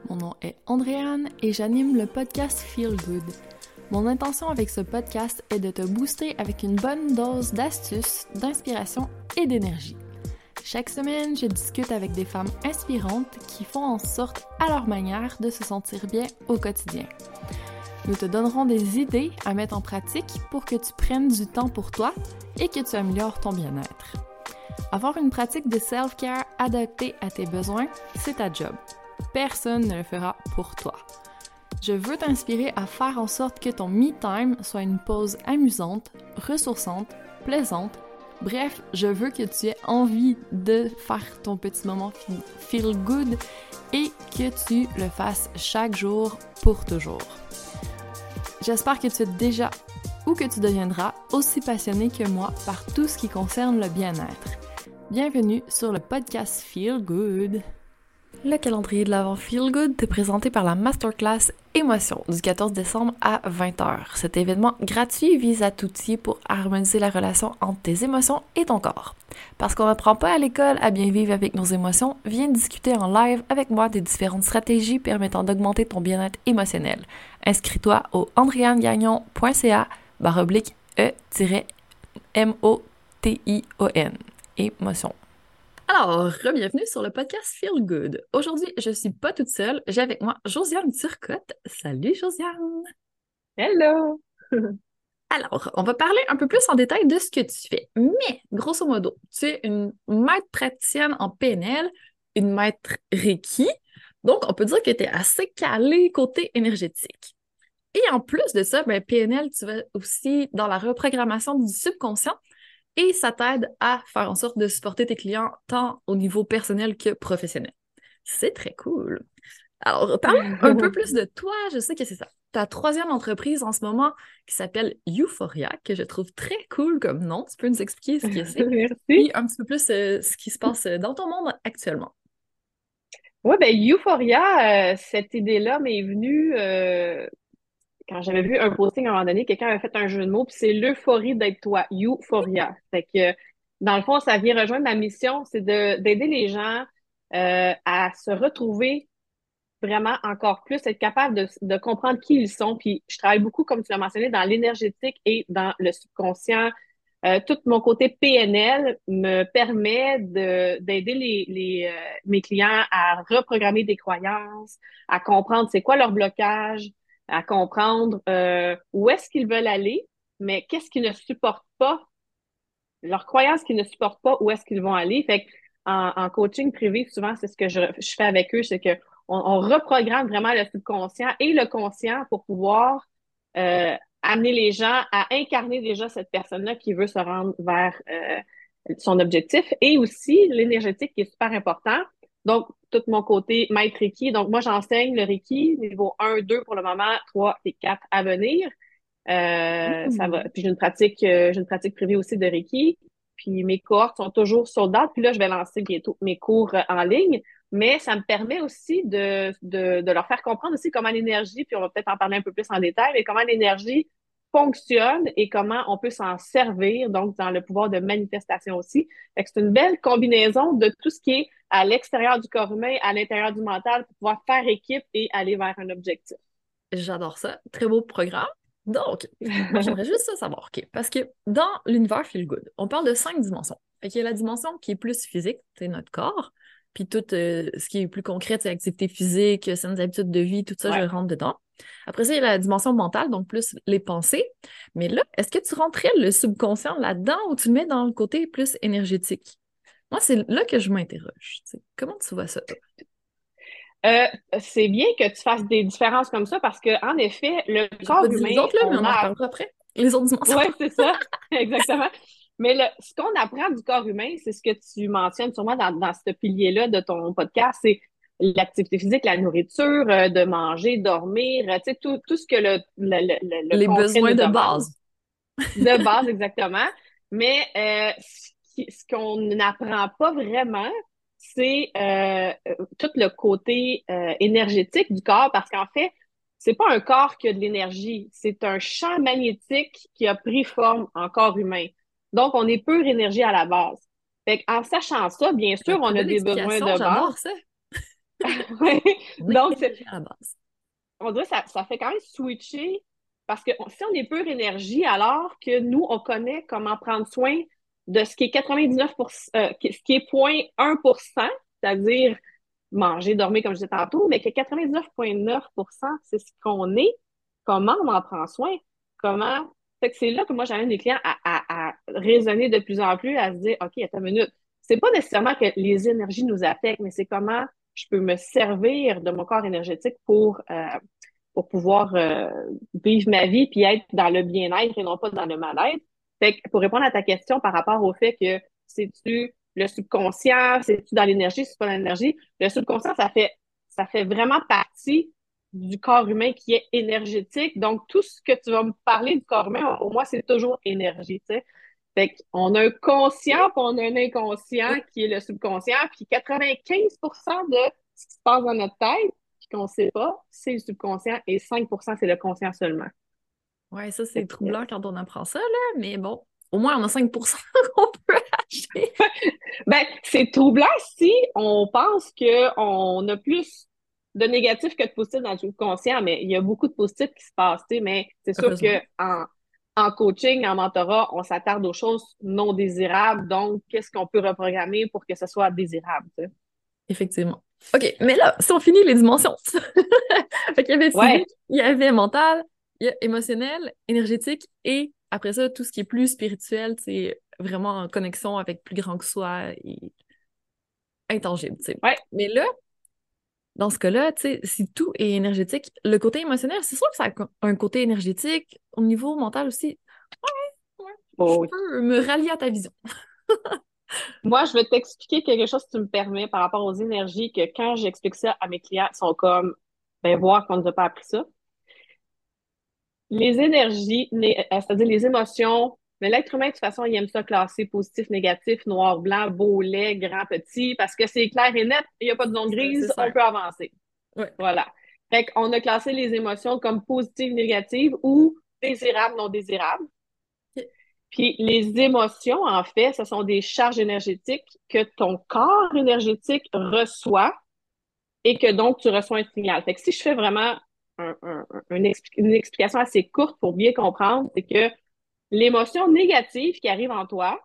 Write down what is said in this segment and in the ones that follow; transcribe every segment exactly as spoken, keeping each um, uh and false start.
Mon nom est Andréane et j'anime le podcast Feel Good. Mon intention avec ce podcast est de te booster avec une bonne dose d'astuces, d'inspiration et d'énergie. Chaque semaine, je discute avec des femmes inspirantes qui font en sorte, à leur manière, de se sentir bien au quotidien. Nous te donnerons des idées à mettre en pratique pour que tu prennes du temps pour toi et que tu améliores ton bien-être. Avoir une pratique de self-care adaptée à tes besoins, c'est ta job. Personne ne le fera pour toi. Je veux t'inspirer à faire en sorte que ton me-time soit une pause amusante, ressourçante, plaisante. Bref, je veux que tu aies envie de faire ton petit moment feel good et que tu le fasses chaque jour pour toujours. J'espère que tu es déjà ou que tu deviendras aussi passionné que moi par tout ce qui concerne le bien-être. Bienvenue sur le podcast Feel Good. Le calendrier de l'Avent Feel Good t'est présenté par la Masterclass Émotions du quatorze décembre à vingt heures. Cet événement gratuit vise à t'outiller pour harmoniser la relation entre tes émotions et ton corps. Parce qu'on n'apprend pas à l'école à bien vivre avec nos émotions, viens discuter en live avec moi des différentes stratégies permettant d'augmenter ton bien-être émotionnel. Inscris-toi au andreannegagnon.ca barre oblique E-M-O-T-I-O-N. Émotion. Alors, re-bienvenue sur le podcast Feel Good. Aujourd'hui, je suis pas toute seule. J'ai avec moi Josiane Turcotte. Salut Josiane! Hello! Alors, on va parler un peu plus en détail de ce que tu fais. Mais, grosso modo, tu es une maître praticienne en P N L, une maître Reiki. Donc, on peut dire que tu es assez calée côté énergétique. Et en plus de ça, ben, P N L, tu vas aussi dans la reprogrammation du subconscient. Et ça t'aide à faire en sorte de supporter tes clients tant au niveau personnel que professionnel. C'est très cool. Alors, parlons un peu plus de toi. Je sais que c'est ça. Ta troisième entreprise en ce moment qui s'appelle Euphoria, que je trouve très cool comme nom. Tu peux nous expliquer ce que c'est? Merci. Et un petit peu plus euh, ce qui se passe dans ton monde actuellement. Oui, ben Euphoria, euh, cette idée-là m'est venue euh, quand j'avais vu un posting à un moment donné, quelqu'un avait fait un jeu de mots, puis c'est l'euphorie d'être toi, Euphoria. Fait que, dans le fond, ça vient rejoindre ma mission, c'est de d'aider les gens euh, à se retrouver vraiment encore plus, être capable de, de comprendre qui ils sont. Puis je travaille beaucoup, comme tu l'as mentionné, dans l'énergétique et dans le subconscient. Euh, tout mon côté P N L me permet de, d'aider les, les, euh, mes clients à reprogrammer des croyances, à comprendre c'est quoi leur blocage, à comprendre euh, où est-ce qu'ils veulent aller, mais qu'est-ce qu'ils ne supportent pas, leurs croyances qu'ils ne supportent pas, où est-ce qu'ils vont aller. Fait que en, en coaching privé, souvent, c'est ce que je, je fais avec eux, c'est que on, on reprogramme vraiment le subconscient et le conscient pour pouvoir euh, amener les gens à incarner déjà cette personne-là qui veut se rendre vers euh, son objectif et aussi l'énergétique qui est super important. Donc, tout mon côté maître Reiki. Donc, moi, j'enseigne le Reiki niveau un, deux pour le moment, trois et quatre à venir. Euh, ça va. Mmh. Puis j'ai une pratique, euh, j'ai une pratique privée aussi de Reiki. Puis mes cohortes sont toujours sold out. Puis là, je vais lancer bientôt mes cours euh, en ligne. Mais ça me permet aussi de, de, de leur faire comprendre aussi comment l'énergie, puis on va peut-être en parler un peu plus en détail, mais comment l'énergie fonctionne et comment on peut s'en servir, donc dans le pouvoir de manifestation aussi. Fait que c'est une belle combinaison de tout ce qui est à l'extérieur du corps humain, à l'intérieur du mental, pour pouvoir faire équipe et aller vers un objectif. J'adore ça. Très beau programme. Donc, moi, j'aimerais juste ça savoir, OK? Parce que dans l'univers Feel Good, on parle de cinq dimensions. Fait qu'il y a la dimension qui est plus physique, c'est notre corps, puis tout euh, ce qui est plus concret, c'est l'activité physique, saines habitudes de vie, tout ça, je Ouais. rentre dedans. Après ça, il y a la dimension mentale, donc plus les pensées. Mais là, est-ce que tu rentrais le subconscient là-dedans ou tu le mets dans le côté plus énergétique? Moi, c'est là que je m'interroge. Tu sais. Comment tu vois ça, toi? Euh, c'est bien que tu fasses des différences comme ça parce que, en effet, le J'ai pas corps dit les humain, autres, là, mais on on en a. reparlera après. Les autres dimensions. Ouais, c'est ça, exactement. Mais le, ce qu'on apprend du corps humain, c'est ce que tu mentionnes sûrement dans, dans ce pilier-là de ton podcast, c'est l'activité physique, la nourriture, euh, de manger, dormir, euh, tu sais, tout, tout ce que le, le, le, le Les concret besoins nous de demande, base. de base exactement. Mais euh, ce qui- ce qu'on n'apprend pas vraiment, c'est euh, euh, tout le côté euh, énergétique du corps, parce qu'en fait, c'est pas un corps qui a de l'énergie, c'est un champ magnétique qui a pris forme en corps humain. Donc, on est pure énergie à la base. Fait en sachant ça, bien Euh, sûr, on Très a belle des besoins explication, de base. j'adore ça. Ouais. On est Donc, c'est- énergie à la base. on dirait que ça, ça fait quand même switcher parce que on- si on est pure énergie, alors que nous, on connaît comment prendre soin de ce qui est quatre-vingt-dix-neuf pour cent, euh, qui- ce qui est zéro virgule un pour cent, c'est-à-dire manger, dormir, comme je disais tantôt, mais que quatre-vingt-dix-neuf virgule neuf pour cent, c'est ce qu'on est, comment on en prend soin, comment. Fait que c'est là que moi, j'amène les clients à, à, à raisonner de plus en plus, à se dire, OK, attends une minute. C'est pas nécessairement que les énergies nous affectent, mais c'est comment je peux me servir de mon corps énergétique pour, euh, pour pouvoir euh, vivre ma vie puis être dans le bien-être et non pas dans le mal-être. Fait que pour répondre à ta question par rapport au fait que c'est-tu le subconscient, c'est-tu dans l'énergie, c'est pas dans l'énergie, le subconscient, ça fait, ça fait vraiment partie du corps humain qui est énergétique. Donc, tout ce que tu vas me parler du corps humain, pour moi, c'est toujours énergie, tu sais. Fait qu'on a un conscient, Et- puis on a un inconscient Oui, qui est le subconscient, puis quatre-vingt-quinze pour cent de ce qui se passe dans notre tête, puis qu'on ne sait pas, c'est le subconscient, et cinq pour cent c'est le conscient seulement. ouais, ça Fait c'est que, troublant quand on apprend ça, là, mais bon, au moins on a cinq pour cent qu'on peut acheter. ben, c'est troublant si on pense qu'on a plus de négatifs que de positifs dans le subconscient, mais il y a beaucoup de positifs qui se passent, tu sais, mais c'est sûr Heureusement. que en, en coaching, en mentorat, on s'attarde aux choses non désirables. Donc, qu'est-ce qu'on peut reprogrammer pour que ce soit désirable, tu sais? Effectivement. OK, mais là, si on finit les dimensions. Fait qu'il y avait Ouais, physique, il y avait mental, il y a émotionnel, énergétique, et après ça, tout ce qui est plus spirituel, c'est vraiment en connexion avec plus grand que soi et intangible, tu sais. ouais. Mais là, dans ce cas-là, tu sais, si tout est énergétique, le côté émotionnel, c'est sûr que ça a co- un côté énergétique. Au niveau mental aussi, ouais, je Oh, oui. peux me rallier à ta vision. Moi, je vais t'expliquer quelque chose, si tu me permets, par rapport aux énergies, que quand j'explique ça à mes clients, ils sont comme, ben, voir qu'on ne nous a pas appris ça. Les énergies, né- euh, c'est-à-dire les émotions, mais l'être humain, de toute façon, il aime ça classer positif, négatif, noir, blanc, beau, laid, grand, petit, parce que c'est clair et net, il n'y a pas de zone C'est c'est grise, on ça. peut avancer. Ouais. Voilà. Fait qu'on a classé les émotions comme positives, négatives ou désirables, non désirables. Ok. Puis les émotions, en fait, ce sont des charges énergétiques que ton corps énergétique reçoit et que donc tu reçois un signal. Fait que si je fais vraiment un- un- un- une, expli- une explication assez courte pour bien comprendre, c'est que l'émotion négative qui arrive en toi,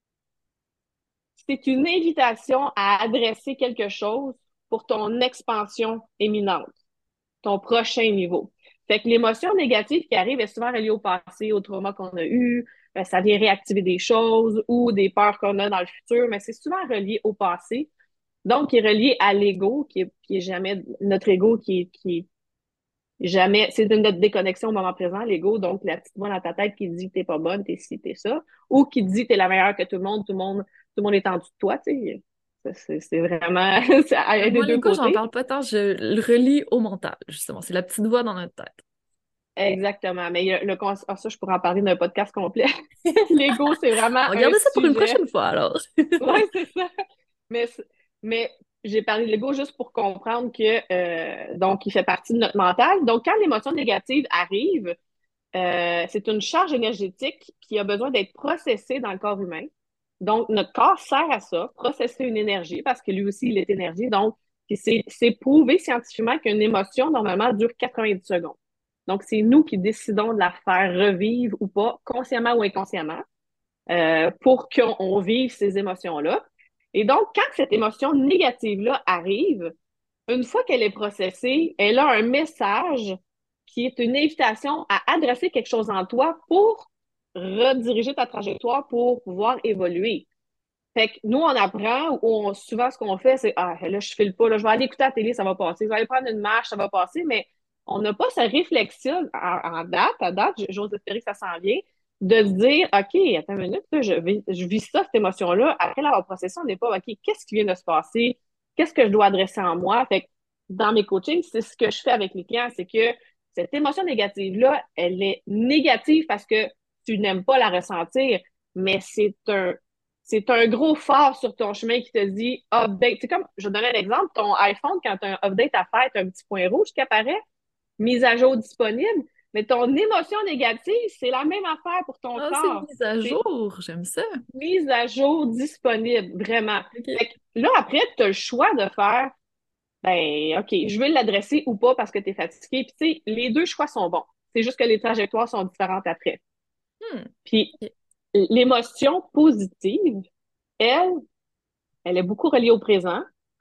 c'est une invitation à adresser quelque chose pour ton expansion éminente, ton prochain niveau. Fait que l'émotion négative qui arrive est souvent reliée au passé, au trauma qu'on a eu, euh, ça vient réactiver des choses ou des peurs qu'on a dans le futur, mais c'est souvent relié au passé. Donc, qui est relié à l'ego, qui est, qui est jamais notre ego qui est, qui est jamais, c'est de notre déconnexion au moment présent, l'ego, donc la petite voix dans ta tête qui dit que t'es pas bonne, t'es ci, t'es ça, ou qui dit que t'es la meilleure que tout le monde, tout le monde, tout le monde est en dessous de toi, tu sais. C'est c'est vraiment, ça Euh, a des Moi, deux l'ego, j'en côtés. parle pas tant, je le relie au mental, justement. C'est la petite voix dans notre tête. Exactement. Mais il y a le, cons- ah, ça, je pourrais en parler d'un podcast complet. L'ego, c'est vraiment On va un garder ça pour une sujet. prochaine fois, alors. Oui, c'est ça. Mais, c- mais j'ai parlé de l'ego juste pour comprendre que euh, donc il fait partie de notre mental. Donc, quand l'émotion négative arrive, euh, c'est une charge énergétique qui a besoin d'être processée dans le corps humain. Donc, notre corps sert à ça, processer une énergie, parce que lui aussi, il est énergie. Donc, puis c'est c'est prouvé scientifiquement qu'une émotion, normalement, dure quatre-vingt-dix secondes. Donc, c'est nous qui décidons de la faire revivre ou pas, consciemment ou inconsciemment, euh, pour qu'on on vive ces émotions-là. Et donc, quand cette émotion négative-là arrive, une fois qu'elle est processée, elle a un message qui est une invitation à adresser quelque chose en toi pour rediriger ta trajectoire pour pouvoir évoluer. Fait que nous, on apprend, ou on, souvent, ce qu'on fait, c'est Ah, là, je file pas, là, je vais aller écouter la télé, ça va passer. Je vais aller prendre une marche, ça va passer. Mais on n'a pas cette réflexion en, en date, à date, j'ose espérer que ça s'en vient, de se dire OK, attends une minute, là, je, vis, je vis ça, cette émotion-là. Après l'avoir processée, on n'est pas OK, qu'est-ce qui vient de se passer? Qu'est-ce que je dois adresser en moi? Fait que dans mes coachings, c'est ce que je fais avec les clients, c'est que cette émotion négative-là, elle est négative parce que tu n'aimes pas la ressentir, mais c'est un c'est un gros phare sur ton chemin qui te dit update. C'est comme, je vais donner un exemple, ton iPhone, quand tu as un update à faire, tu as un petit point rouge qui apparaît, mise à jour disponible, mais ton émotion négative, c'est la même affaire pour ton Ah, c'est une corps. mise à C'est jour, j'aime ça. mise à jour disponible, vraiment. OK. Fait que là, après, tu as le choix de faire, ben, OK, je veux l'adresser ou pas parce que tu es fatigué. Puis, tu sais, les deux choix sont bons. C'est juste que les trajectoires sont différentes après. Hmm. Puis, Ok. l'émotion positive, elle, elle est beaucoup reliée au présent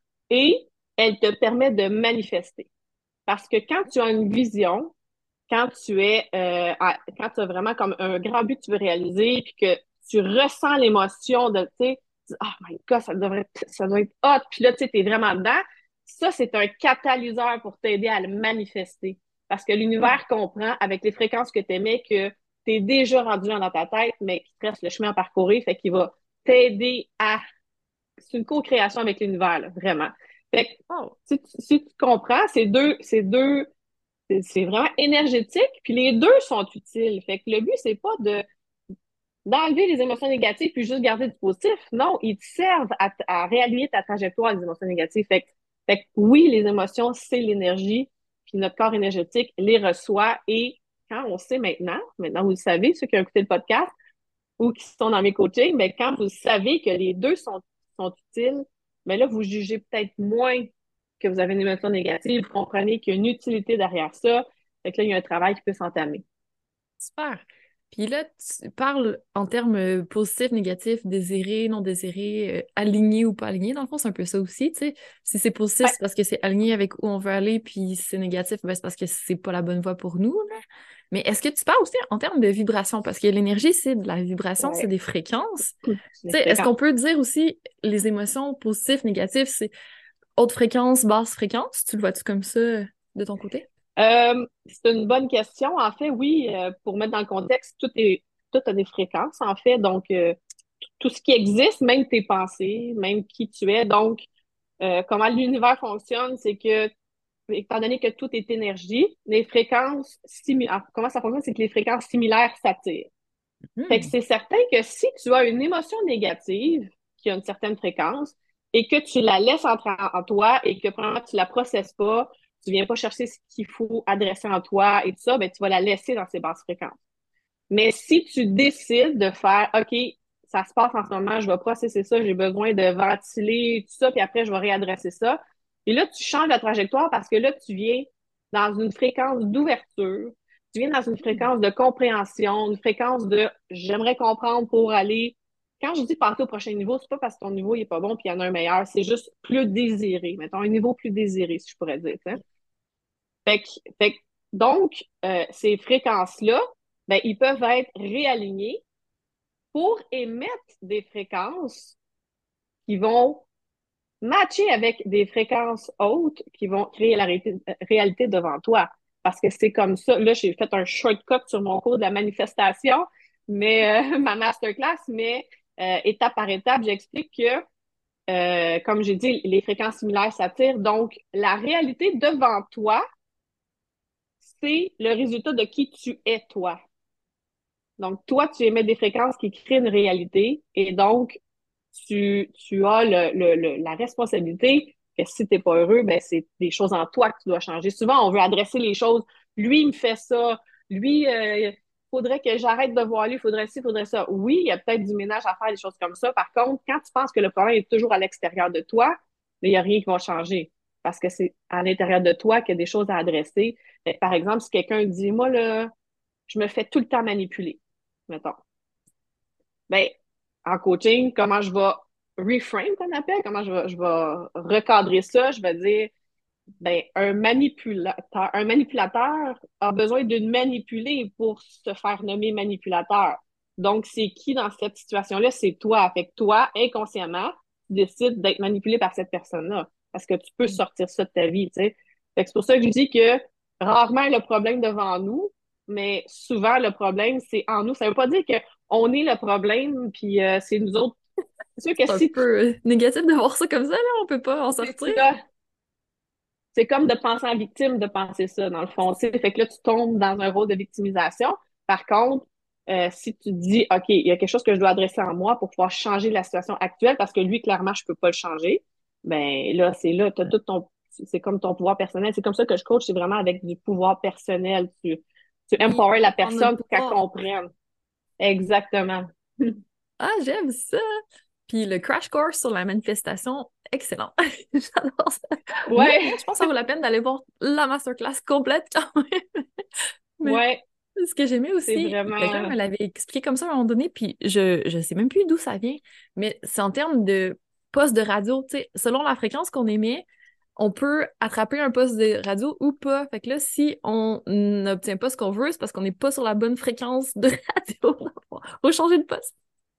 et elle te permet de manifester. Parce que quand tu as une vision, quand tu es, euh, à- quand tu as vraiment comme un grand but que tu veux réaliser, puis que tu ressens l'émotion de, tu sais, tu dis, oh my God, ça devrait, ça doit être hot, puis là, tu sais, t'es vraiment dedans. Ça, c'est un catalyseur pour t'aider à le manifester. Parce que Hmm. l'univers comprend, avec les fréquences que tu aimais, que tu es déjà rendu dans ta tête, mais qu'il te reste le chemin à parcourir, fait qu'il va t'aider à... C'est une co-création avec l'univers, là, vraiment. Fait que, Oh. si tu, si tu comprends, ces deux, ces deux c'est c'est vraiment énergétique, puis les deux sont utiles. Fait que le but, c'est pas de d'enlever les émotions négatives puis juste garder du positif. Non, ils te servent à, à réaligner ta trajectoire des émotions négatives. Fait que, fait que oui, les émotions, c'est l'énergie, puis notre corps énergétique les reçoit. Et quand on sait maintenant, maintenant vous le savez, ceux qui ont écouté le podcast ou qui sont dans mes coachings, mais quand vous savez que les deux sont, sont utiles, mais là, vous jugez peut-être moins que vous avez une émotion négative, vous comprenez qu'il y a une utilité derrière ça. Fait que là, il y a un travail qui peut s'entamer. Super. Puis là, tu parles en termes euh, positifs, négatifs, désirés, non désirés, euh, alignés ou pas alignés. Dans le fond, c'est un peu ça aussi, tu sais. Si c'est positif, Ouais, c'est parce que c'est aligné avec où on veut aller, puis si c'est négatif, ben, c'est parce que c'est pas la bonne voie pour nous, là. Mais est-ce que tu parles aussi en termes de vibration? Parce que l'énergie, c'est de la vibration, c'est ouais. des fréquences. Les Tu sais, est-ce qu'on fréquences. peut dire aussi les émotions positives, négatives, c'est haute fréquence, basse fréquence? Tu le vois-tu comme ça euh, de ton côté? Euh, c'est une bonne question. En fait, oui, euh, pour mettre dans le contexte, tout est, tout a des fréquences, en fait. Donc, euh, tout ce qui existe, même tes pensées, même qui tu es. Donc, euh, comment l'univers fonctionne, c'est que, étant donné que tout est énergie, les fréquences similaires, comment ça fonctionne, c'est que les fréquences similaires s'attirent. Fait que Hmm. c'est certain que si tu as une émotion négative qui a une certaine fréquence et que tu la laisses entrer en, en toi et que premièrement tu la processes pas, tu viens pas chercher ce qu'il faut adresser en toi et tout ça, ben tu vas la laisser dans ces basses fréquences. Mais si tu décides de faire, OK, ça se passe en ce moment, je vais processer ça, j'ai besoin de ventiler tout ça, puis après je vais réadresser ça. Et là, tu changes la trajectoire parce que là, tu viens dans une fréquence d'ouverture, tu viens dans une Hmm. fréquence de compréhension, une fréquence de j'aimerais comprendre pour aller. Quand je dis passer au prochain niveau, c'est pas parce que ton niveau n'est pas bon puis il y en a un meilleur, c'est juste plus désiré. Mettons un niveau plus désiré, si je pourrais dire. T'sais. Fait que, fait que, donc, euh, ces fréquences-là, ben, ils peuvent être réalignés pour émettre des fréquences qui vont matcher avec des fréquences hautes qui vont créer la réalité, réalité devant toi. Parce que c'est comme ça. Là, j'ai fait un shortcut sur mon cours de la manifestation, mais euh, ma masterclass, mais euh, étape par étape, j'explique que, euh, comme j'ai dit, les fréquences similaires s'attirent. Donc, la réalité devant toi, c'est le résultat de qui tu es toi. Donc, toi, tu émets des fréquences qui créent une réalité et donc, tu, tu as le, le, le- la responsabilité que si tu n'es pas heureux, ben, c'est des choses en toi que tu dois changer. Souvent, on veut adresser les choses. Lui, il me fait ça. Lui, euh, faudrait que j'arrête de voir lui, faudrait ci, faudrait ça. Oui, il y a peut-être du ménage à faire, des choses comme ça. Par contre, quand tu penses que le problème est toujours à l'extérieur de toi, mais il n'y a rien qui va changer. Parce que c'est à l'intérieur de toi qu'il y a des choses à adresser. Par exemple, si quelqu'un dit, moi, là, je me fais tout le temps manipuler, mettons. Ben, en coaching, comment je vais reframe, qu'on appelle, comment je vais, je vais recadrer ça, je vais dire, ben, un manipulateur, un manipulateur a besoin d'une manipulée pour se faire nommer manipulateur. Donc, c'est qui dans cette situation-là? C'est toi. Fait que toi, inconsciemment, tu décides d'être manipulé par cette personne-là. Parce que tu peux sortir ça de ta vie, tu sais. Fait que c'est pour ça que je dis que rarement le problème devant nous, mais souvent le problème, c'est en nous. Ça veut pas dire que on est le problème, puis euh, c'est nous autres. C'est sûr que C'est un si tu... peu euh, négatif de voir ça comme ça, là, on peut pas en C'est sortir. ça. C'est comme de penser en victime de penser ça, dans le fond. Tu sais. Fait que là, tu tombes dans un rôle de victimisation. Par contre, euh, si tu te dis, OK, il y a quelque chose que je dois adresser en moi pour pouvoir changer la situation actuelle, parce que lui, clairement, je peux pas le changer, ben là, c'est là, t'as tout ton, c'est comme ton pouvoir personnel. C'est comme ça que je coach, c'est vraiment avec du pouvoir personnel. Tu, tu Oui, empower la prendre notre personne pour qu'elle pouvoir. comprenne. Exactement. Ah, j'aime ça! Puis le crash course sur la manifestation, excellent. J'adore ça. Ouais, Mais je pense que ça vaut la peine d'aller voir la masterclass complète quand même. Mais ouais, ce que j'aimais c'est aussi, quelqu'un vraiment... me l'avait expliqué comme ça à un moment donné, puis je, je sais même plus d'où ça vient, mais c'est en termes de poste de radio, tu sais, selon la fréquence qu'on émet, on peut attraper un poste de radio ou pas. Fait que là, si on n'obtient pas ce qu'on veut, c'est parce qu'on n'est pas sur la bonne fréquence de radio. Faut changer de poste.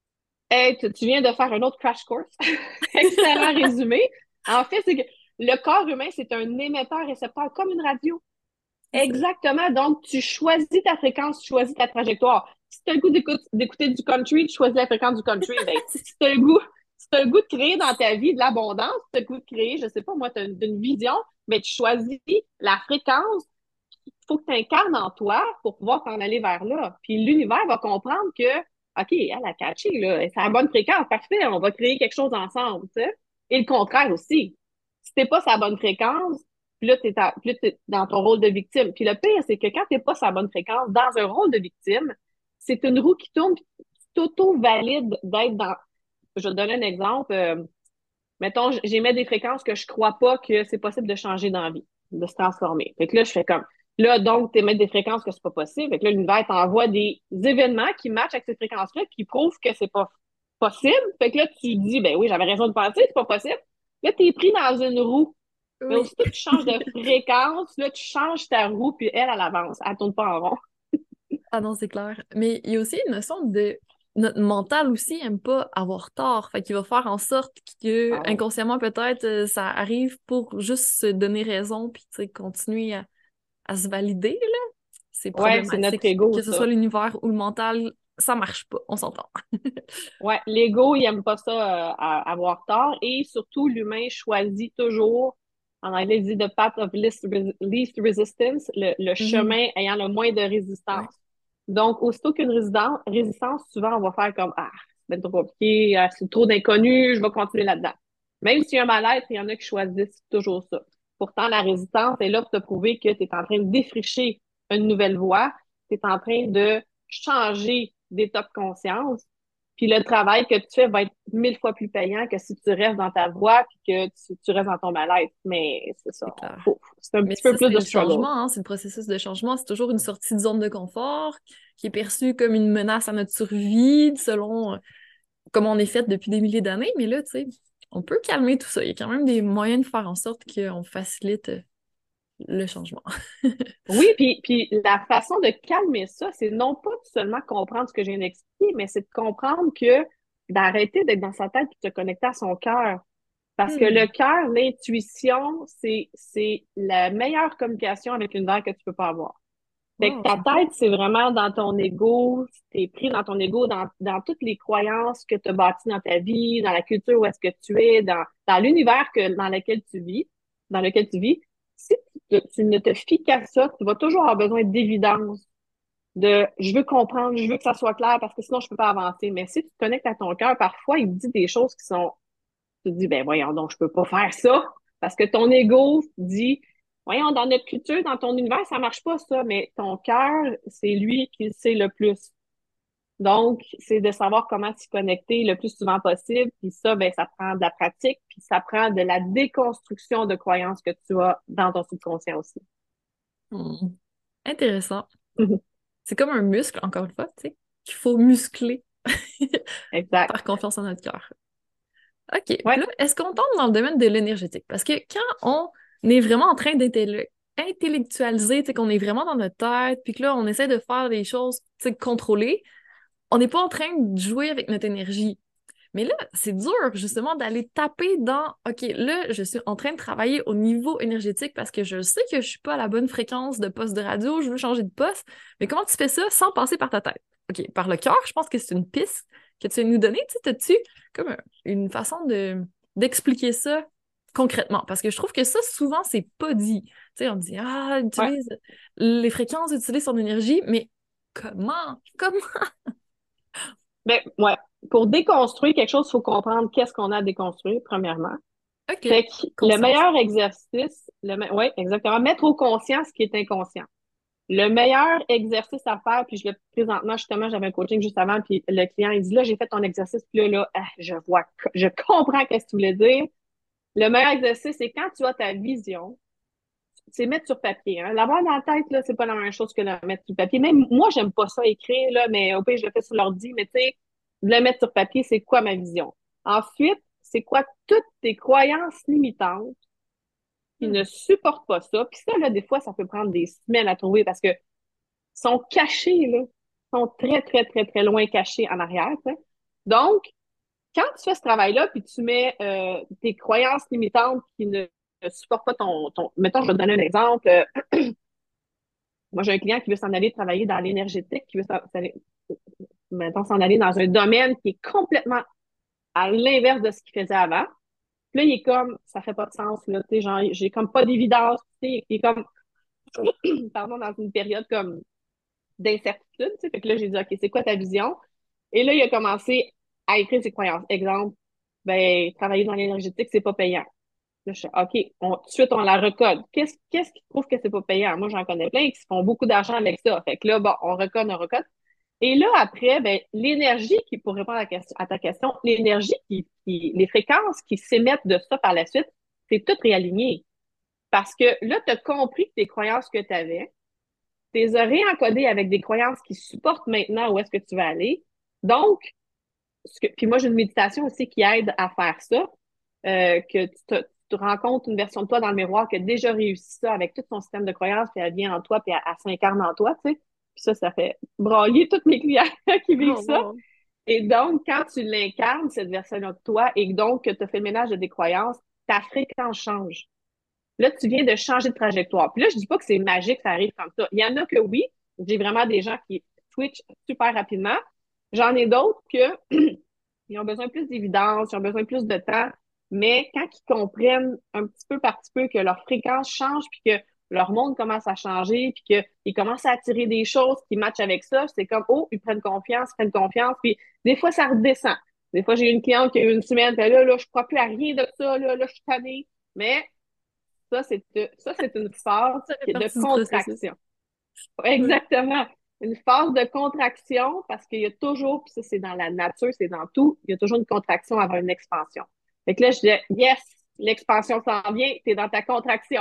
Hey, tu, tu viens de faire un autre crash course. Excellent résumé. En fait, c'est que le corps humain, c'est un émetteur-récepteur comme une radio. C'est ça. Exactement. Donc, tu choisis ta fréquence, tu choisis ta trajectoire. Si tu as le goût d'écoute- d'écouter du country, tu choisis la fréquence du country. Ben, si tu as le goût, si t'as le goût de créer dans ta vie de l'abondance, si tu as le goût de créer, je sais pas, moi, tu as une, une vision, mais tu choisis la fréquence qu'il faut que tu incarnes en toi pour pouvoir t'en aller vers là. Puis l'univers va comprendre que, OK, elle a catché, là, c'est la bonne fréquence, parfait, on va créer quelque chose ensemble, tu sais. Et le contraire aussi. Si t'es pas sa bonne fréquence, puis là, t'es, à- puis là, t'es dans ton rôle de victime. Puis le pire, c'est que quand t'es pas sa bonne fréquence, dans un rôle de victime, c'est une roue qui tourne, puis tu t'auto-valides d'être dans... Je vais te donner un exemple. Euh, mettons, j'émets des fréquences que je crois pas que c'est possible de changer dans la vie, de se transformer. Fait que là, je fais comme... Là, donc, t'émets des fréquences que c'est pas possible. Fait que là, l'univers t'envoie des événements qui matchent avec ces fréquences-là, qui prouvent que c'est pas possible. Fait que là, tu dis, ben oui, j'avais raison de penser, c'est pas possible. Là, t'es pris dans une roue. Mais Oui. aussitôt que tu changes de fréquence, là, tu changes ta roue, puis elle, elle avance. Elle tourne pas en rond. Ah non, c'est clair. Mais il y a aussi une notion de... Notre mental aussi aime pas avoir tort. Fait qu'il va faire en sorte que, Ah ouais. inconsciemment peut-être, euh, ça arrive pour juste se donner raison puis, tu sais, continuer à, à se valider, là. C'est Ouais, c'est notre problématique. ego, Que ce soit ça. l'univers ou le mental, ça marche pas. On s'entend. Ouais, l'ego, il aime pas ça, euh, à- avoir tort. Et surtout, l'humain choisit toujours, en anglais, il dit the path of least, re- least resistance, le, le Mhm. chemin ayant le moins de Ouais. résistance. Donc, aussitôt qu'une résidence, résistance, souvent, on va faire comme, ah, c'est trop compliqué, ah, c'est trop d'inconnu, je vais continuer là-dedans. Même s'il y a un mal-être, il y en a qui choisissent toujours ça. Pourtant, la résistance est là pour te prouver que tu es en train de défricher une nouvelle voie, tu es en train de changer d'état de conscience. Puis le travail que tu fais va être mille fois plus payant que si tu restes dans ta voie puis que tu, tu restes dans ton mal-être. Mais c'est ça, C'est clair. faut- c'est un Mais petit peu ça, plus c'est de le struggle. changement, hein, c'est le processus de changement. C'est toujours une sortie de zone de confort qui est perçue comme une menace à notre survie, selon euh, comment on est fait depuis des milliers d'années. Mais là, tu sais, on peut calmer tout ça. Il y a quand même des moyens de faire en sorte qu'on facilite euh, le changement. Oui, puis, puis la façon de calmer ça, c'est non pas seulement comprendre ce que je viens d'expliquer, mais c'est de comprendre que d'arrêter d'être dans sa tête et de se connecter à son cœur. Parce que le Hmm. cœur, l'intuition, c'est, c'est la meilleure communication avec l'univers que tu peux pas avoir. Fait que Wow, ta c'est beau. tête, c'est vraiment dans ton ego, t'es pris dans ton ego, dans, dans toutes les croyances que tu as bâties dans ta vie, dans la culture où est-ce que tu es, dans, dans l'univers que, dans lequel tu vis, dans lequel tu vis. Si tu, te- tu ne te fies qu'à ça, tu vas toujours avoir besoin d'évidence, de je veux comprendre, je veux que ça soit clair parce que sinon je peux pas avancer. Mais si tu te connectes à ton cœur, parfois il te dit des choses qui sont, tu te dis, ben voyons donc, je peux pas faire ça parce que ton ego dit, voyons, dans notre culture, dans ton univers, ça marche pas ça, mais ton cœur, c'est lui qui le sait le plus. Donc, c'est de savoir comment s'y connecter le plus souvent possible. Puis ça, ben, ça prend de la pratique, puis ça prend de la déconstruction de croyances que tu as dans ton subconscient aussi. Hmm. Intéressant. C'est comme un muscle, encore une fois, tu sais, qu'il faut muscler, Exact. faire confiance en notre cœur. OK. Puis Ouais. là, est-ce qu'on tombe dans le domaine de l'énergétique? Parce que quand on est vraiment en train d'intellectualiser, tu sais, qu'on est vraiment dans notre tête, puis que là, on essaie de faire des choses, tu sais, contrôlées, on n'est pas en train de jouer avec notre énergie. Mais là, c'est dur, justement, d'aller taper dans, OK, là, je suis en train de travailler au niveau énergétique parce que je sais que je suis pas à la bonne fréquence de poste de radio, je veux changer de poste. Mais comment tu fais ça sans passer par ta tête? OK, par le cœur, je pense que c'est une piste que tu vas nous donner. Tu sais, t'as-tu comme un- une façon de d'expliquer ça concrètement? Parce que je trouve que ça, souvent, c'est pas dit. Tu sais, on me dit, ah, Ouais. utilise les fréquences, utilise son énergie, mais comment? Comment? Ben, ouais. Pour déconstruire quelque chose, il faut comprendre qu'est-ce qu'on a à déconstruire, premièrement. OK, Fait que le conscience. meilleur exercice, le me- ouais, exactement, mettre au conscient ce qui est inconscient. Le meilleur exercice à faire, puis je le présentement, justement, j'avais un coaching juste avant, puis le client, il dit là, j'ai fait ton exercice, puis là, là, ah, je vois, je comprends qu'est-ce que tu voulais dire. Le meilleur exercice, c'est quand tu as ta vision, c'est mettre sur papier. Hein. L'avoir dans la tête, là, c'est pas la même chose que le mettre sur papier. Même moi, j'aime pas ça écrire, là, mais au pire, je le fais sur l'ordi, mais tu sais, de le mettre sur papier, c'est quoi ma vision? Ensuite, c'est quoi toutes tes croyances limitantes qui Hmm. ne supportent pas ça? Puis ça, là, des fois, ça peut prendre des semaines à trouver parce que sont cachés, là, sont très, très, très, très loin cachés en arrière. T'sais. Donc, quand tu fais ce travail-là, puis tu mets euh, tes croyances limitantes qui ne, ne supportent pas ton, ton... Mettons, je vais te donner un exemple. Euh, Moi, j'ai un client qui veut s'en aller travailler dans l'énergétique, qui veut s'en aller, mettons, s'en aller dans un domaine qui est complètement à l'inverse de ce qu'il faisait avant. Puis là, il est comme, ça fait pas de sens, là, tu sais, genre, j'ai comme pas d'évidence, tu sais, il est comme, pardon, dans une période comme d'incertitude, tu sais. Fait que là, j'ai dit, OK, c'est quoi ta vision? Et là, il a commencé à écrire ses croyances. Exemple, ben, travailler dans l'énergétique, c'est pas payant. Là, je suis, OK, on, tout de suite, on la recode. Qu'est-ce, qu'est-ce qui prouve que c'est pas payant? Moi, j'en connais plein qui se font beaucoup d'argent avec ça. Fait que là, bon, on recode, on recode. Et là, après, ben, l'énergie qui, pour répondre à, la question, à ta question, l'énergie qui, qui, les fréquences qui s'émettent de ça par la suite, c'est tout réaligné. Parce que là, tu as compris que tes croyances que tu avais, tu les as réencodées avec des croyances qui supportent maintenant où est-ce que tu vas aller. Donc, ce que, puis moi, j'ai une méditation aussi qui aide à faire ça, euh, que tu te, tu te rencontres une version de toi dans le miroir qui a déjà réussi ça avec tout son système de croyances, puis elle vient en toi, puis elle, elle s'incarne en toi, tu sais. Puis ça, ça fait brailler tous mes clients qui vivent Oh, ça. wow. Et donc, quand tu l'incarnes, cette version-là de toi, et donc que tu as fait le ménage de tes croyances, ta fréquence change. Là, tu viens de changer de trajectoire. Puis là, je dis pas que c'est magique, ça arrive comme ça. Il y en a que oui. J'ai vraiment des gens qui switchent super rapidement. J'en ai d'autres que ils ont besoin plus d'évidence, ils ont besoin plus de temps. Mais quand ils comprennent un petit peu par petit peu que leur fréquence change, puis que leur monde commence à changer, puis qu'ils commencent à attirer des choses qui matchent avec ça, c'est comme, oh, ils prennent confiance, ils prennent confiance. Puis des fois, ça redescend. Des fois, j'ai eu une cliente qui a eu une semaine, puis là, là, je crois plus à rien de ça, là, là, je suis tannée. Mais ça, c'est ça, c'est une phase Ça fait de partie du processus. contraction. Oui. Exactement. Une phase de contraction parce qu'il y a toujours, puis ça, c'est dans la nature, c'est dans tout, il y a toujours une contraction avant une expansion. Fait que là, je disais, yes, l'expansion s'en vient, t'es dans ta contraction.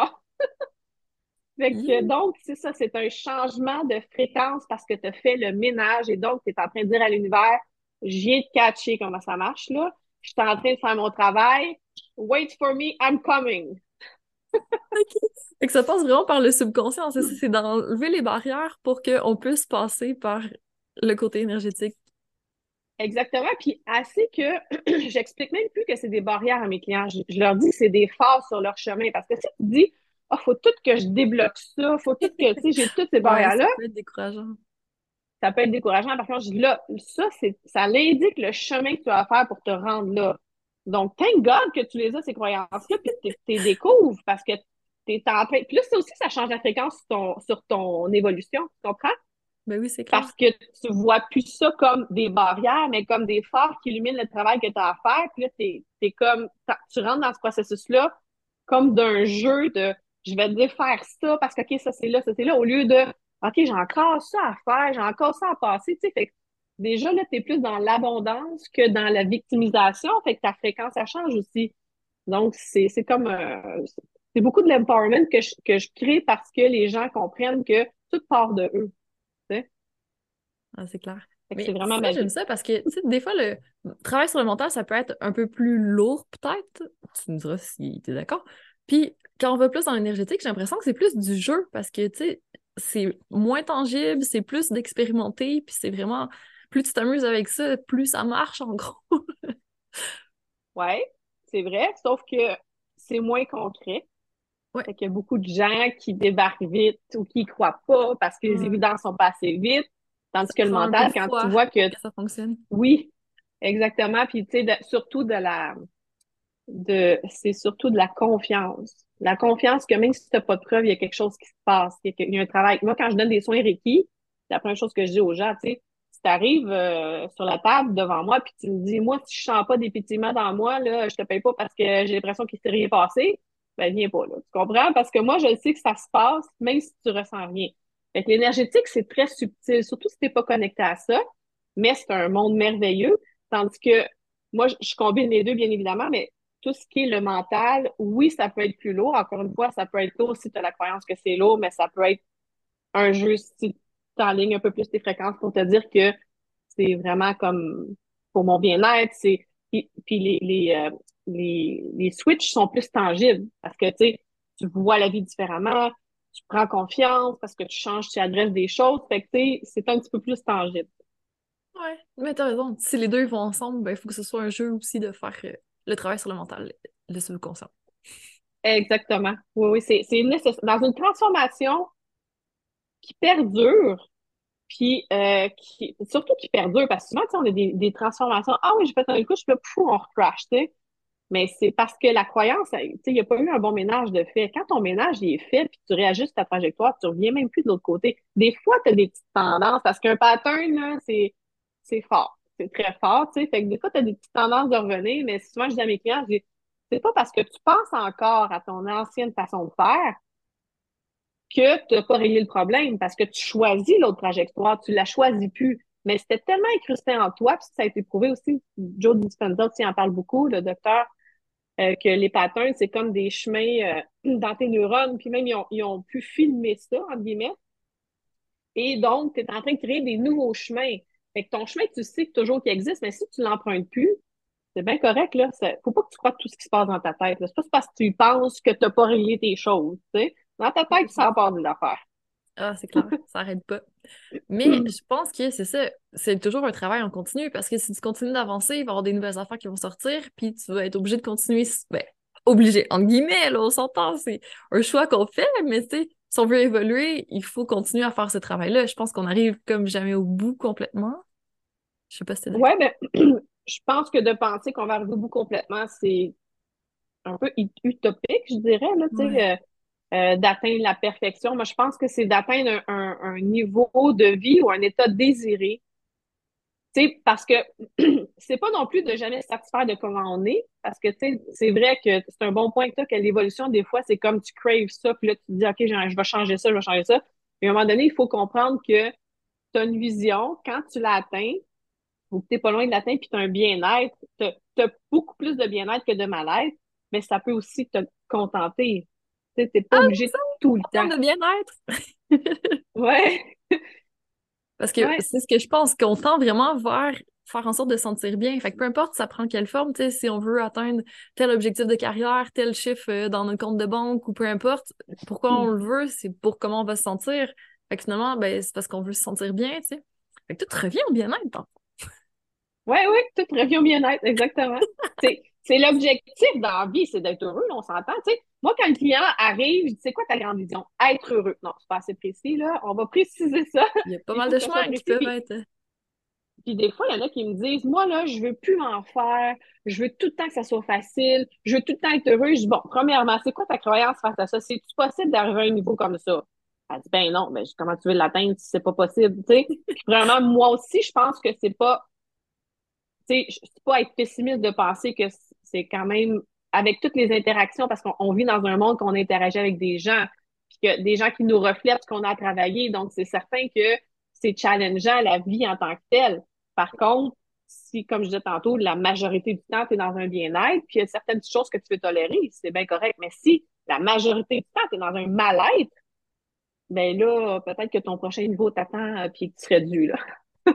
Fait que Yeah. donc, c'est ça, c'est un changement de fréquence parce que tu as fait le ménage et donc tu es en train de dire à l'univers, je viens de catcher comment ça marche là, je suis en train de faire mon travail, wait for me, I'm coming. OK. Fait que ça passe vraiment par le subconscient, c'est ça, c'est d'enlever les barrières pour qu'on puisse passer par le côté énergétique. Exactement. Puis assez que j'explique même plus que c'est des barrières à mes clients. Je, je leur dis que c'est des phares sur leur chemin. Parce que si tu dis, ah, faut tout que je débloque ça, faut tout que, tu sais, j'ai toutes ces Ouais, ça barrières-là, peut être décourageant. ça peut être décourageant. Par contre, je dis là, ça, c'est, ça l'indique le chemin que tu vas faire pour te rendre là. Donc, thank God que tu les as, ces croyances-là, puis tu les découvres parce que tu es en train. Puis là, ça aussi, ça change la fréquence sur ton, sur ton évolution. Tu comprends? Ben oui, c'est clair. Parce que tu vois plus ça comme des barrières, mais comme des phares qui illuminent le travail que tu as à faire. Puis là, t'es, t'es comme, tu rentres dans ce processus-là comme d'un jeu de je vais te dire faire ça parce que, OK, ça c'est là, ça c'est là, au lieu de OK, j'ai encore ça à faire, j'ai encore ça à passer. Tu sais, fait que déjà, là, tu es plus dans l'abondance que dans la victimisation. Fait que ta fréquence, ça change aussi. Donc, c'est, c'est comme euh, c'est beaucoup de l'empowerment que je, que je crée parce que les gens comprennent que tout part de eux. Tu sais. Ah, c'est clair. Fait que c'est Mais vraiment ça, j'aime magique. ça parce que, tu sais, des fois, le travail sur le mental, ça peut être un peu plus lourd, peut-être. Tu me diras si tu es d'accord. Puis, quand on va plus dans l'énergétique, j'ai l'impression que c'est plus du jeu parce que, tu sais, c'est moins tangible, c'est plus d'expérimenter, puis c'est vraiment, plus tu t'amuses avec ça, plus ça marche, en gros. Ouais, c'est vrai, sauf que c'est moins concret. Ouais. Fait qu'il y a beaucoup de gens qui débarquent vite ou qui y croient pas parce que les Ouais. évidences sont pas assez vite. Tandis Ça que le prend un peu mental, de quand tu foi vois pour que que ça fonctionne. oui, exactement, puis tu sais, de- surtout de la, de, c'est surtout de la confiance. La confiance que même si tu n'as pas de preuve, il y a quelque chose qui se passe, il y a, il y a un travail. Moi, quand je donne des soins Reiki, la première chose que je dis aux gens, tu sais, si tu arrives sur la table devant moi, puis tu me dis, moi, si je sens pas des pétillements dans moi, là, je te paye pas parce que j'ai l'impression qu'il s'est rien passé, ben viens pas là. Tu comprends? Parce que moi, je sais que ça se passe, même si tu ressens rien. Fait que l'énergétique, c'est très subtil, surtout si t'es pas connecté à ça, mais c'est un monde merveilleux. Tandis que moi, je, je combine les deux, bien évidemment, mais tout ce qui est le mental, oui, ça peut être plus lourd. Encore une fois, ça peut être lourd si tu as la croyance que c'est lourd, mais ça peut être un jeu si tu t'enlignes un peu plus tes fréquences pour te dire que c'est vraiment comme pour mon bien-être. C'est puis, puis les les, euh, les les switches sont plus tangibles parce que tu sais tu vois la vie différemment, tu prends confiance parce que tu changes, tu adresses des choses. Fait que tu sais c'est un petit peu plus tangible. Ouais, mais t'as raison. Si les deux vont ensemble, ben, il faut que ce soit un jeu aussi de faire euh, le travail sur le mental, le subconscient. Exactement. Oui, oui, c'est c'est nécessaire. Dans une transformation qui perdure, puis euh, qui surtout qui perdure, parce que souvent, tu sais, on a des, des transformations. Ah oui, j'ai fait un coup, je peux pouf, on recrash, tu sais. Mais c'est parce que la croyance, tu sais, il n'y a pas eu un bon ménage de fait. Quand ton ménage il est fait, puis tu réajustes ta trajectoire, tu reviens même plus de l'autre côté. Des fois, tu as des petites tendances, parce qu'un pattern, là, c'est, c'est fort. C'est très fort, tu sais. Fait que des fois, tu as des petites tendances de revenir, mais souvent, je dis à mes clients, je dis, c'est pas parce que tu penses encore à ton ancienne façon de faire que tu n'as pas réglé le problème, parce que tu choisis l'autre trajectoire, tu la choisis plus. Mais c'était tellement incrusté en toi, puis ça a été prouvé aussi. Joe Dispenza, tu en parle beaucoup, le docteur, euh, que les patterns, c'est comme des chemins euh, dans tes neurones, puis même ils ont, ils ont pu filmer ça, entre guillemets. Et donc, tu es en train de créer des nouveaux chemins. Fait que ton chemin, tu sais toujours qu'il existe, mais si tu l'empruntes plus, c'est bien correct, là. C'est- Faut pas que tu crois tout ce qui se passe dans ta tête, là. C'est pas parce que tu penses que tu n'as pas réglé tes choses, tu sais. Dans ta tête, ça part des affaires. Ah, c'est clair, ça arrête pas. Mais je pense que c'est ça, c'est toujours un travail en continu parce que si tu continues d'avancer, il va y avoir des nouvelles affaires qui vont sortir, puis tu vas être obligé de continuer. Ben, obligé, entre guillemets, là, on s'entend, c'est un choix qu'on fait, mais tu sais, si on veut évoluer, il faut continuer à faire ce travail-là. Je pense qu'on arrive comme jamais au bout complètement. Je sais pas si t'es d'accord. Ouais, ben, je pense que de penser qu'on va arriver au bout complètement, c'est un peu ut- utopique, je dirais, là, tu Ouais. sais, euh, euh, d'atteindre la perfection. Moi, je pense que c'est d'atteindre un, un, un niveau de vie ou un état désiré. Tu sais, parce que c'est pas non plus de jamais se satisfaire de comment on est, parce que, tu sais, c'est vrai que c'est un bon point que tu que l'évolution, des fois, c'est comme tu craves ça, puis là, tu te dis, OK, je je vais changer ça, je vais changer ça. Et à un moment donné, il faut comprendre que tu as une vision, quand tu l'as atteint, ou que tu n'es pas loin de l'atteindre, puis tu as un bien-être, tu as beaucoup plus de bien-être que de mal-être, mais ça peut aussi te contenter. Tu sais, t'es pas Ah, obligé ça, tout le on temps. parle de bien-être. Ouais, Parce que ouais. c'est ce que je pense, qu'on tend vraiment vers faire en sorte de se sentir bien. Fait que peu importe ça prend quelle forme, tu sais, si on veut atteindre tel objectif de carrière, tel chiffre euh, dans notre compte de banque ou peu importe, pourquoi on le veut, c'est pour comment on va se sentir. Fait que finalement, ben, c'est parce qu'on veut se sentir bien, tu sais. Fait que tout revient au bien-être, hein. Ouais, ouais, tout revient au bien-être, exactement. C'est, c'est l'objectif dans la vie, c'est d'être heureux, là, on s'entend, tu sais. Moi, quand le client arrive, je dis, c'est quoi ta grande vision? Être heureux. Non, c'est pas assez précis, là. On va préciser ça. Il y a pas Il mal faut de que ça soit chemins qui précis. peuvent Puis, être. euh, puis des fois, il y en a qui me disent, moi, là, je veux plus m'en faire. Je veux tout le temps que ça soit facile. Je veux tout le temps être heureux. Je dis, bon, premièrement, c'est quoi ta croyance face à ça? C'est-tu possible d'arriver à un niveau comme ça? Elle dit, ben non, ben comment tu veux l'atteindre si c'est pas possible, tu sais? Puis vraiment, moi aussi, je pense que c'est pas tu sais, c'est pas être pessimiste de penser que c'est quand même avec toutes les interactions, parce qu'on on vit dans un monde qu'on interagit avec des gens, puis que des gens qui nous reflètent ce qu'on a à travailler. Donc, c'est certain que c'est challengeant la vie en tant que telle. Par contre, si, comme je disais tantôt, la majorité du temps, tu es dans un bien-être, puis il y a certaines petites choses que tu peux tolérer, c'est bien correct. Mais si la majorité du temps, tu es dans un mal-être, ben là, peut-être que ton prochain niveau t'attend, euh, puis que tu serais dû, là.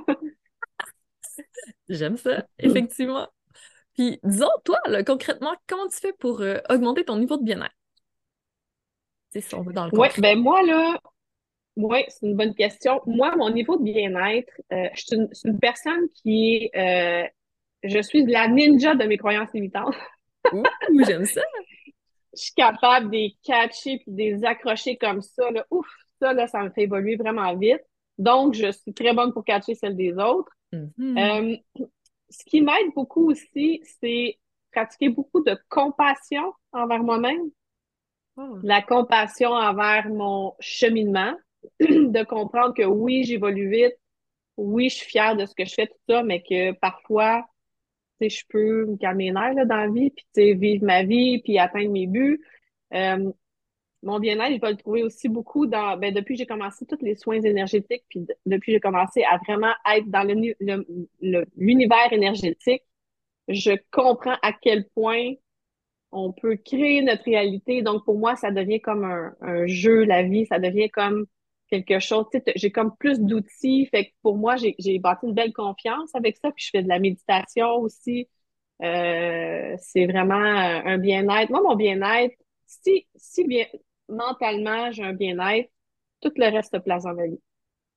J'aime ça, effectivement. Puis disons, toi, là, concrètement, comment tu fais pour euh, augmenter ton niveau de bien-être? Tu sais, si on veut dans le Ouais, concret. ben moi, là, oui, c'est une bonne question. Moi, mon niveau de bien-être, euh, je suis une, je suis une personne qui est, euh, je suis la ninja de mes croyances limitantes. Ouh, j'aime ça. Je suis capable de les catcher puis de les accrocher comme ça, là. Ouf, ça, là, ça me fait évoluer vraiment vite. Donc, je suis très bonne pour catcher celle des autres. Mhm. Euh, Ce qui m'aide beaucoup aussi, c'est pratiquer beaucoup de compassion envers moi-même, Oh. la compassion envers mon cheminement, de comprendre que oui, j'évolue vite. Oui, je suis fière de ce que je fais, tout ça, mais que parfois, tu sais, je peux me calmer les nerfs là, dans la vie, puis tu sais, vivre ma vie, puis atteindre mes buts. Euh, mon bien-être, je vais le trouver aussi beaucoup dans, ben, depuis que j'ai commencé tous les soins énergétiques, puis de- depuis que j'ai commencé à vraiment être dans le, nu- le- le- l'univers énergétique, je comprends à quel point on peut créer notre réalité. Donc, pour moi, ça devient comme un, un jeu, la vie, ça devient comme quelque chose. Tu sais, t- j'ai comme plus d'outils. Fait que pour moi, j'ai, j'ai bâti une belle confiance avec ça. Puis je fais de la méditation aussi. Euh, c'est vraiment un un bien-être. Moi, mon bien-être, si, si bien, mentalement, j'ai un bien-être, tout le reste se place dans ma vie.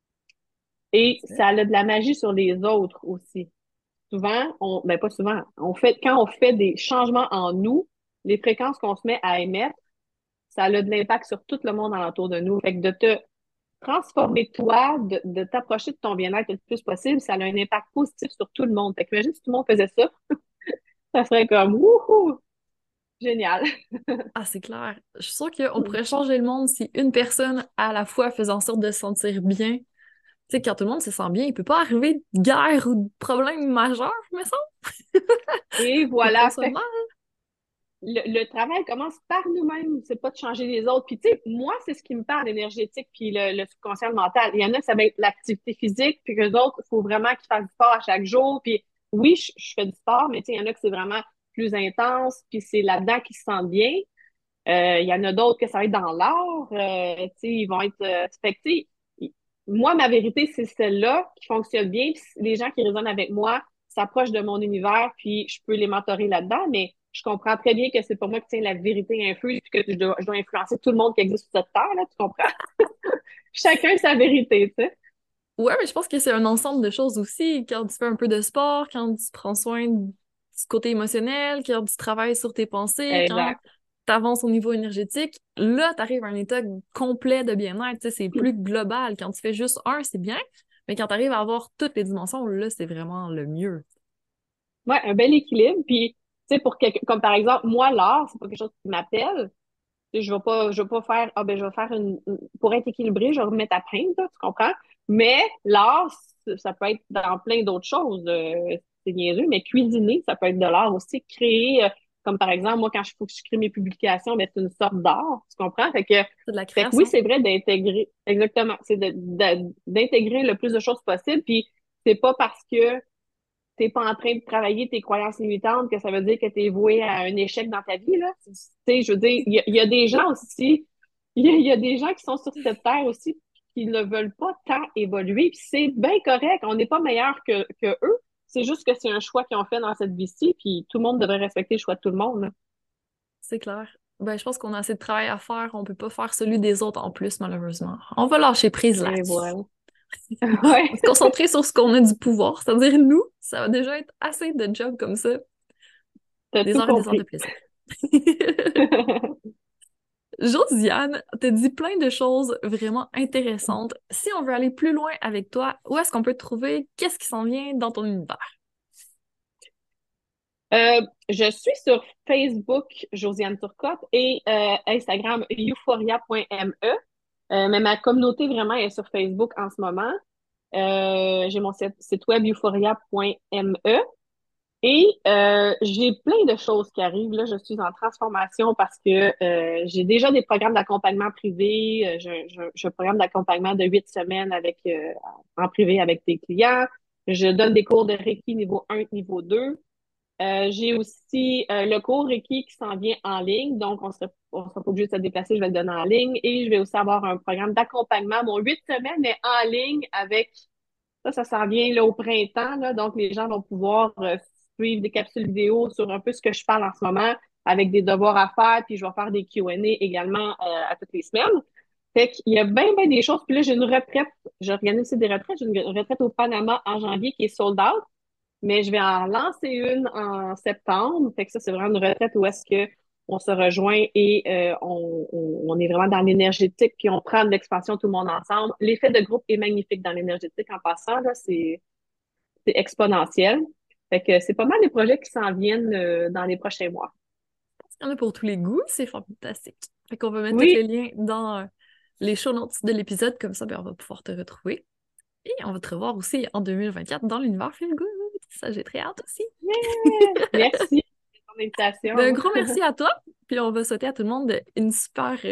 Et Parfait. ça a de la magie sur les autres aussi. Souvent, on, ben pas souvent, on fait, quand on fait des changements en nous, les fréquences qu'on se met à émettre, ça a de l'impact sur tout le monde alentour de nous. Fait que de te transformer toi, de, de t'approcher de ton bien-être le plus possible, ça a un impact positif sur tout le monde. Fait que imagine si tout le monde faisait ça, ça serait comme wouhou, génial. Ah, c'est clair. Je suis sûre qu'on pourrait changer le monde si une personne à la fois faisait en sorte de se sentir bien. Tu sais, quand tout le monde se sent bien, il peut pas arriver de guerre ou de problème majeur, me semble. Et Faut qu'on voilà. soit Fait mal. le, le travail commence par nous-mêmes, c'est pas de changer les autres. Puis tu sais, moi, c'est ce qui me parle, l'énergétique puis le, le subconscient le mental. Il y en a, ça va être l'activité physique, puis que d'autres, il faut vraiment qu'ils fassent du sport à chaque jour. Puis oui, je, je fais du sport, mais tu sais, il y en a que c'est vraiment plus intense, puis c'est là-dedans qu'ils se sentent bien. Euh, il y en a d'autres que ça va être dans l'art. Euh, tu sais, ils vont être. Euh, fait que, tu sais, y- moi, ma vérité, c'est celle-là qui fonctionne bien. Puis les gens qui résonnent avec moi s'approchent de mon univers, puis je peux les mentorer là-dedans, mais je comprends très bien que c'est pas moi qui tiens la vérité infuse, puis que je dois, je dois influencer tout le monde qui existe sur cette terre, là, tu comprends? Chacun sa vérité, tu sais. Ouais, mais je pense que c'est un ensemble de choses aussi. Quand tu fais un peu de sport, quand tu prends soin du côté émotionnel, quand tu travailles sur tes pensées, quand Exact. tu avances au niveau énergétique, là, tu arrives à un état complet de bien-être. Tu sais, c'est plus global. Quand tu fais juste un, c'est bien, mais quand tu arrives à avoir toutes les dimensions, là, c'est vraiment le mieux. Ouais, un bel équilibre. Puis, tu sais, pour quelqu'un, comme par exemple, moi, l'art, c'est pas quelque chose qui m'appelle. Tu sais, je vais pas, je vais pas faire, ah ben, je vais faire une, une- pour être équilibré, je vais remettre à peindre, là, tu comprends? Mais l'art, c- ça peut être dans plein d'autres choses. Euh, c'est niaiseux, mais cuisiner, ça peut être de l'art aussi. Créer, euh, comme par exemple, moi, quand il faut que je crée mes publications, ben, c'est une sorte d'art, tu comprends? Fait que, C'est de la fait que oui, création. c'est vrai d'intégrer, exactement, c'est de, de- d'intégrer le plus de choses possible. Puis, c'est pas parce que t'es pas en train de travailler tes croyances limitantes que ça veut dire que tu es voué à un échec dans ta vie, là. Tu sais, je veux dire, il y, a- il y a des gens aussi, il y, a il y a des gens qui sont sur cette terre aussi qui ne veulent pas tant évoluer, puis c'est bien correct. On n'est pas meilleur que, que eux. C'est juste que c'est un choix qu'ils ont fait dans cette vie-ci, puis tout le monde devrait respecter le choix de tout le monde, là. C'est clair. Ben, je pense qu'on a assez de travail à faire. On peut pas faire celui des autres en plus, malheureusement. On va lâcher prise Et là-dessus. voilà. On va Ouais, se concentrer sur ce qu'on a du pouvoir, c'est-à-dire nous. Ça va déjà être assez de job comme ça. t'as Des tout heures et des heures de compris. plaisir. Josiane, t'as dit plein de choses vraiment intéressantes. Si on veut aller plus loin avec toi, où est-ce qu'on peut te trouver? Qu'est-ce qui s'en vient dans ton univers? Euh, je suis sur Facebook, Josiane Turcotte, et euh, Instagram, euphoria point m e. Euh, mais ma communauté vraiment est sur Facebook en ce moment. Euh, j'ai mon site, site web euphoria point m e. Et euh, j'ai plein de choses qui arrivent. Là, je suis en transformation parce que euh, j'ai déjà des programmes d'accompagnement privé. Euh, J'ai j'ai- j'ai un programme d'accompagnement de huit semaines avec euh, en privé avec des clients. Je donne des cours de Reiki niveau un, niveau deux. Euh, j'ai aussi euh, le cours Reiki qui s'en vient en ligne, donc on sera, on sera pas obligé de se déplacer, je vais le donner en ligne. Et je vais aussi avoir un programme d'accompagnement, mon huit semaines, mais en ligne avec ça, ça s'en vient là, au printemps, là, donc les gens vont pouvoir euh, suivre des capsules vidéo sur un peu ce que je parle en ce moment, avec des devoirs à faire, puis je vais faire des Q and A également euh, à toutes les semaines. Fait qu'il y a bien, bien des choses. Puis là, j'ai une retraite. J'organise aussi des retraites. J'ai une retraite au Panama en janvier qui est sold out. Mais je vais en lancer une en septembre. Fait que ça, c'est vraiment une retraite où est-ce que on se rejoint et euh, on, on, on est vraiment dans l'énergétique, puis on prend de l'expansion tout le monde ensemble. L'effet de groupe est magnifique dans l'énergétique en passant, là, c'est, c'est exponentiel. Fait que c'est pas mal des projets qui s'en viennent euh, dans les prochains mois. Il y en a pour tous les goûts, c'est fantastique. Fait qu'on va mettre tous les Oui, liens dans euh, les show notes de l'épisode, comme ça, ben, on va pouvoir te retrouver. Et on va te revoir aussi en deux mille vingt-quatre dans l'univers Feel Good. Ça, j'ai très hâte aussi. yeah! Merci pour ton Ben, un invitation. gros merci à toi. Puis on va souhaiter à tout le monde une super euh,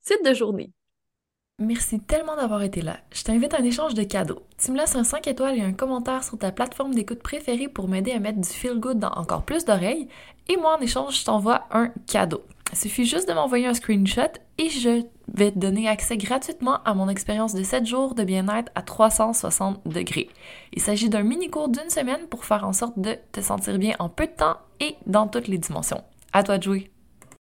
suite de journée. Merci tellement d'avoir été là. Je t'invite à un échange de cadeaux. Tu me laisses un cinq étoiles et un commentaire sur ta plateforme d'écoute préférée pour m'aider à mettre du feel good dans encore plus d'oreilles. Et moi, en échange, je t'envoie un cadeau. Il suffit juste de m'envoyer un screenshot et je vais te donner accès gratuitement à mon expérience de sept jours de bien-être à trois cent soixante degrés. Il s'agit d'un mini-cours d'une semaine pour faire en sorte de te sentir bien en peu de temps et dans toutes les dimensions. À toi de jouer!